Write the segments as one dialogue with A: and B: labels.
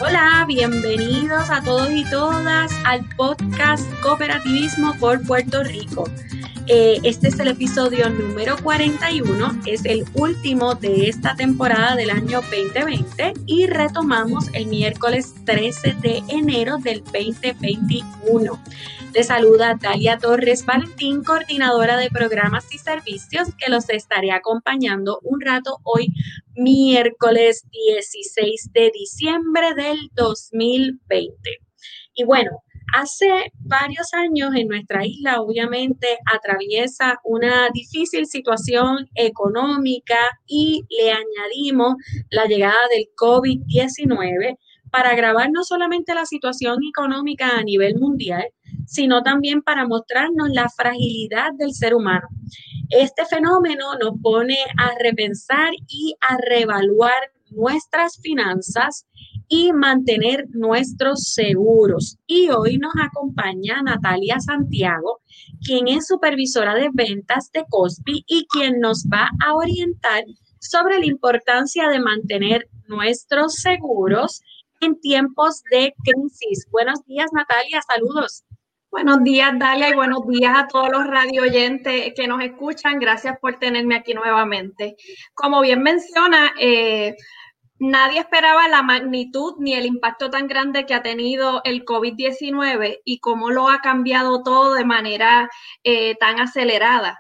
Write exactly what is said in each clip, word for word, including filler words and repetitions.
A: Hola, bienvenidos a todos y todas al podcast Cooperativismo por Puerto Rico. Eh, este es el episodio número cuarenta y uno, es el último de esta temporada del año veinte veinte y retomamos el miércoles trece de enero del veinte veintiuno. Les saluda Dalia Torres Valentín, coordinadora de programas y servicios, que los estaré acompañando un rato hoy, miércoles dieciséis de diciembre del dos mil veinte. Y bueno, hace varios años en nuestra isla obviamente atraviesa una difícil situación económica y le añadimos la llegada del COVID diecinueve para agravar no solamente la situación económica a nivel mundial, sino también para mostrarnos la fragilidad del ser humano. Este fenómeno nos pone a repensar y a reevaluar nuestras finanzas y mantener nuestros seguros. Y hoy nos acompaña Natalia Santiago, quien es supervisora de ventas de Cosby y quien nos va a orientar sobre la importancia de mantener nuestros seguros en tiempos de crisis. Buenos días, Natalia, saludos.
B: Buenos días, Dalia, y buenos días a todos los radio oyentes que nos escuchan. Gracias por tenerme aquí nuevamente. Como bien menciona, eh, nadie esperaba la magnitud ni el impacto tan grande que ha tenido el COVID diecinueve y cómo lo ha cambiado todo de manera eh, tan acelerada.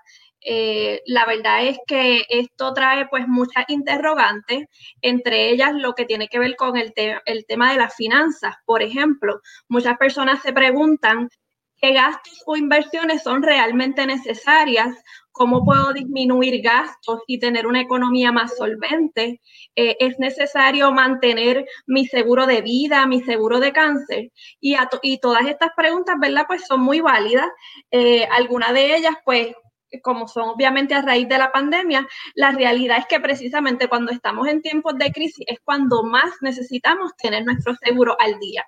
B: Eh, la verdad es que esto trae pues muchas interrogantes, entre ellas lo que tiene que ver con el, te- el tema de las finanzas. Por ejemplo, muchas personas se preguntan qué gastos o inversiones son realmente necesarias, cómo puedo disminuir gastos y tener una economía más solvente. Eh, es necesario mantener mi seguro de vida, mi seguro de cáncer, y, a to- y todas estas preguntas, ¿verdad? Pues son muy válidas. Eh, algunas de ellas, pues, como son obviamente a raíz de la pandemia, la realidad es que precisamente cuando estamos en tiempos de crisis es cuando más necesitamos tener nuestro seguro al día.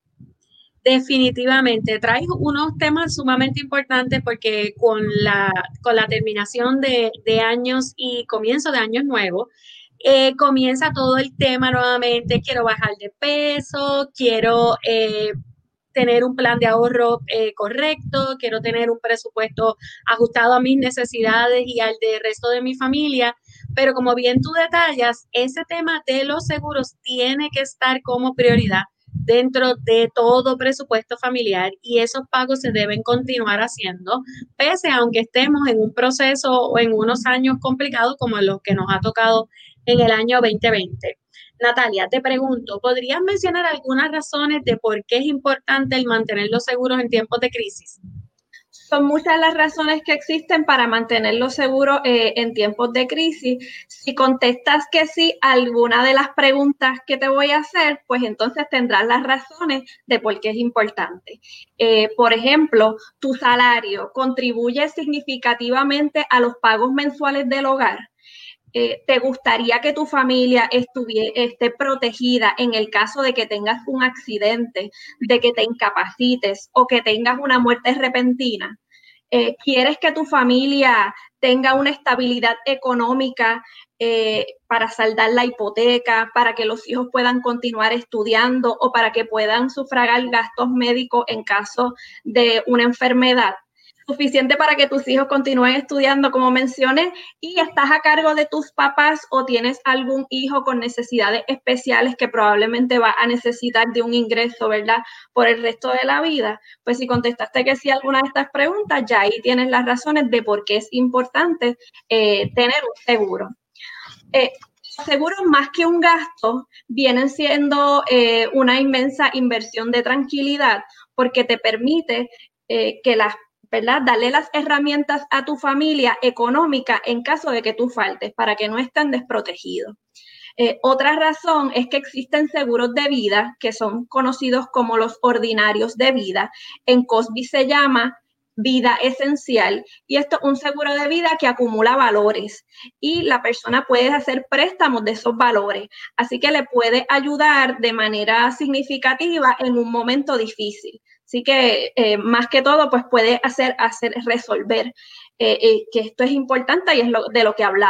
A: Definitivamente, traes unos temas sumamente importantes porque con la, con la terminación de, de años y comienzo de años nuevos, eh, comienza todo el tema nuevamente, quiero bajar de peso, quiero eh, tener un plan de ahorro eh, correcto, quiero tener un presupuesto ajustado a mis necesidades y al del resto de mi familia, pero como bien tú detallas, ese tema de los seguros tiene que estar como prioridad dentro de todo presupuesto familiar y esos pagos se deben continuar haciendo, pese a aunque estemos en un proceso o en unos años complicados como los que nos ha tocado en el año veinte veinte. Natalia, te pregunto, ¿podrías mencionar algunas razones de por qué es importante el mantener los seguros en tiempos de crisis?
B: Son muchas las razones que existen para mantenerlo seguro eh, en tiempos de crisis. Si contestas que sí a alguna de las preguntas que te voy a hacer, pues entonces tendrás las razones de por qué es importante. Eh, por ejemplo, tu salario contribuye significativamente a los pagos mensuales del hogar. Eh, ¿te gustaría que tu familia estuvie, esté protegida en el caso de que tengas un accidente, de que te incapacites o que tengas una muerte repentina? Eh, ¿Quieres que tu familia tenga una estabilidad económica eh, para saldar la hipoteca, para que los hijos puedan continuar estudiando o para que puedan sufragar gastos médicos en caso de una enfermedad? Suficiente para que tus hijos continúen estudiando, como mencioné, y estás a cargo de tus papás o tienes algún hijo con necesidades especiales que probablemente va a necesitar de un ingreso, ¿verdad?, por el resto de la vida. Pues si contestaste que sí a alguna de estas preguntas, ya ahí tienes las razones de por qué es importante eh, tener un seguro. Eh, los seguros, más que un gasto, vienen siendo eh, una inmensa inversión de tranquilidad porque te permite eh, que las ¿verdad? Darle las herramientas a tu familia económica en caso de que tú faltes, para que no estén desprotegidos. Eh, otra razón es que existen seguros de vida que son conocidos como los ordinarios de vida. En Cosby se llama vida esencial y esto es un seguro de vida que acumula valores y la persona puede hacer préstamos de esos valores, así que le puede ayudar de manera significativa en un momento difícil. Así que eh, más que todo, pues puede hacer, hacer resolver eh, eh, que esto es importante y es lo, de lo que hablamos.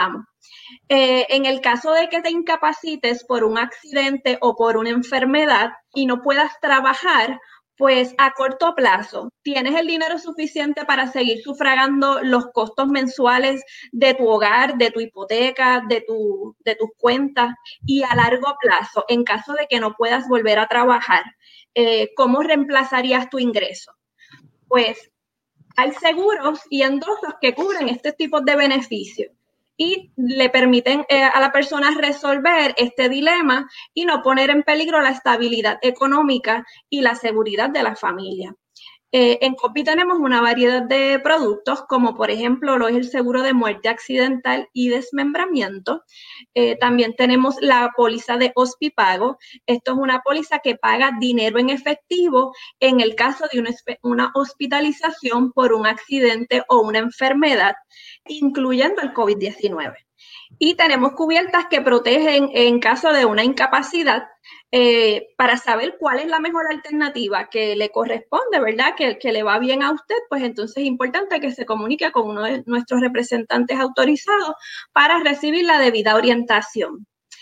B: Eh, en el caso de que te incapacites por un accidente o por una enfermedad y no puedas trabajar, pues a corto plazo, ¿tienes el dinero suficiente para seguir sufragando los costos mensuales de tu hogar, de tu hipoteca, de, tu, de tus cuentas? Y a largo plazo, en caso de que no puedas volver a trabajar, eh, ¿cómo reemplazarías tu ingreso? Pues hay seguros y endosos que cubren este tipo de beneficios y le permiten eh, a la persona resolver este dilema y no poner en peligro la estabilidad económica y la seguridad de la familia. Eh, en Cosby tenemos una variedad de productos, como por ejemplo lo es el seguro de muerte accidental y desmembramiento. Eh, también tenemos la póliza de hospipago. Esto es una póliza que paga dinero en efectivo en el caso de una, una hospitalización por un accidente o una enfermedad, incluyendo el COVID diecinueve. Y tenemos cubiertas que protegen en caso de una incapacidad eh, para saber cuál es la mejor alternativa que le corresponde, ¿verdad? Que, que le va bien a usted, pues entonces es importante que se comunique con uno de nuestros representantes autorizados para recibir la debida orientación.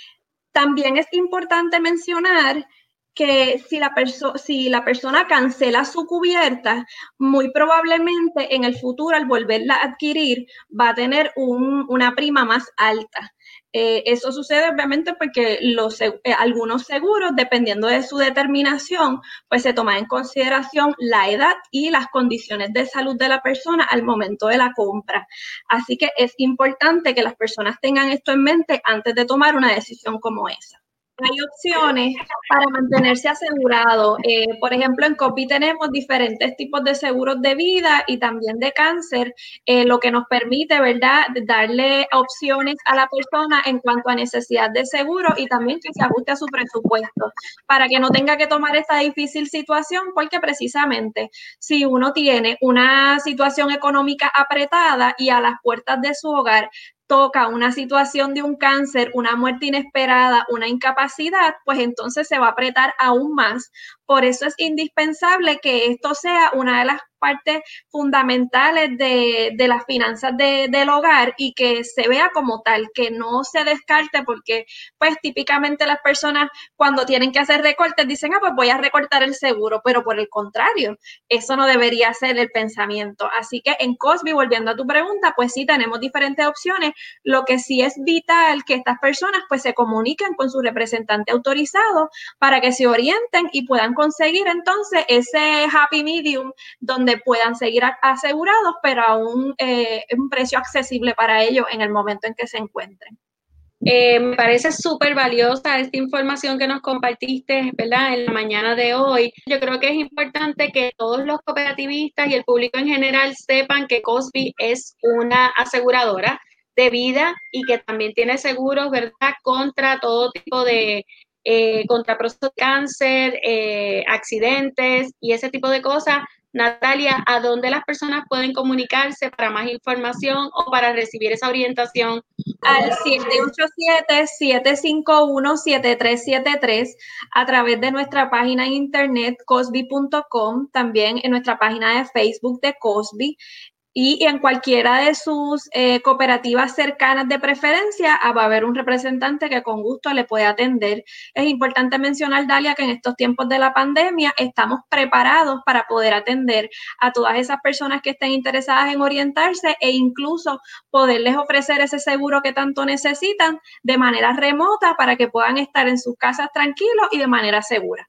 B: También es importante mencionar que si la, perso si la persona cancela su cubierta, muy probablemente en el futuro al volverla a adquirir va a tener un, una prima más alta. Eh, eso sucede obviamente porque los, eh, algunos seguros, dependiendo de su determinación, pues se toma en consideración la edad y las condiciones de salud de la persona al momento de la compra. Así que es importante que las personas tengan esto en mente antes de tomar una decisión como esa. Hay opciones para mantenerse asegurado. Eh, por ejemplo, en Cosby tenemos diferentes tipos de seguros de vida y también de cáncer, eh, lo que nos permite, ¿verdad?, darle opciones a la persona en cuanto a necesidad de seguro y también que se ajuste a su presupuesto, para que no tenga que tomar esta difícil situación, porque precisamente si uno tiene una situación económica apretada y a las puertas de su hogar toca una situación de un cáncer, una muerte inesperada, una incapacidad, pues entonces se va a apretar aún más. Por eso es indispensable que esto sea una de las partes fundamentales de, de las finanzas de, del hogar y que se vea como tal, que no se descarte, porque pues típicamente las personas cuando tienen que hacer recortes dicen, ah, pues voy a recortar el seguro, pero por el contrario, eso no debería ser el pensamiento. Así que en Cosby, volviendo a tu pregunta, pues sí tenemos diferentes opciones. Lo que sí es vital que estas personas pues se comuniquen con su representante autorizado para que se orienten y puedan conseguir entonces ese happy medium donde puedan seguir asegurados, pero a un, eh, un precio accesible para ellos en el momento en que se encuentren.
A: Eh, me parece súper valiosa esta información que nos compartiste, ¿verdad?, en la mañana de hoy. Yo creo que es importante que todos los cooperativistas y el público en general sepan que Cosby es una aseguradora de vida y que también tiene seguros, ¿verdad?, contra todo tipo de, eh, contra procesos de cáncer, eh, accidentes y ese tipo de cosas. Natalia, ¿a dónde las personas pueden comunicarse para más información o para recibir esa orientación?
B: Al siete ocho siete, siete cinco uno, siete tres siete tres a través de nuestra página en internet cosby punto com, también en nuestra página de Facebook de Cosby y en cualquiera de sus eh, cooperativas cercanas de preferencia ah, va a haber un representante que con gusto le puede atender. Es importante mencionar, Dalia, que en estos tiempos de la pandemia estamos preparados para poder atender a todas esas personas que estén interesadas en orientarse e incluso poderles ofrecer ese seguro que tanto necesitan de manera remota para que puedan estar en sus casas tranquilos y de manera segura.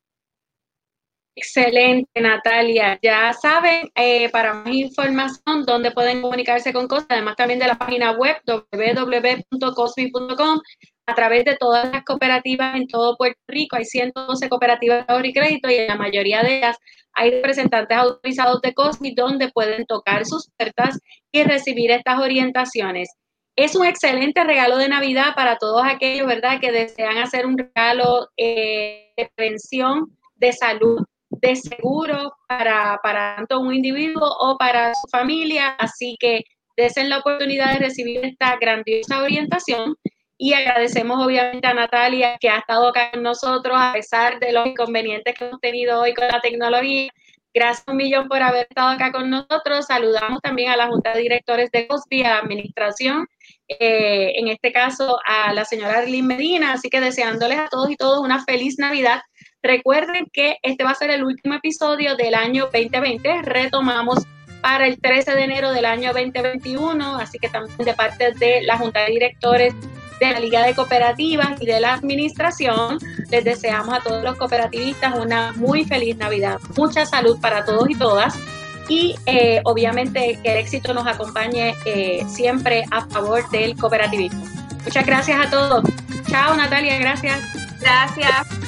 A: Excelente, Natalia. Ya saben, eh, para más información, dónde pueden comunicarse con Cosby, además también de la página web doble u doble u doble u punto cosby punto com, a través de todas las cooperativas en todo Puerto Rico. Hay ciento doce cooperativas de ahorro y crédito y en la mayoría de ellas hay representantes autorizados de Cosby donde pueden tocar sus puertas y recibir estas orientaciones. Es un excelente regalo de Navidad para todos aquellos, ¿verdad?, que desean hacer un regalo eh, de prevención, de salud, de seguro para, para tanto un individuo o para su familia, así que desen la oportunidad de recibir esta grandiosa orientación y agradecemos obviamente a Natalia que ha estado acá con nosotros a pesar de los inconvenientes que hemos tenido hoy con la tecnología. Gracias un millón por haber estado acá con nosotros. Saludamos también a la Junta de Directores de COSBI, a la Administración, eh, en este caso a la señora Arlene Medina, así que deseándoles a todos y todas una feliz Navidad. Recuerden que este va a ser el último episodio del año veinte veinte. Retomamos para el trece de enero del año veinte veintiuno, así que también de parte de la Junta de Directores de la Liga de Cooperativas y de la Administración, les deseamos a todos los cooperativistas una muy feliz Navidad, mucha salud para todos y todas, y eh, obviamente que el éxito nos acompañe eh, siempre a favor del cooperativismo. Muchas gracias a todos. Chao, Natalia, gracias.
B: Gracias.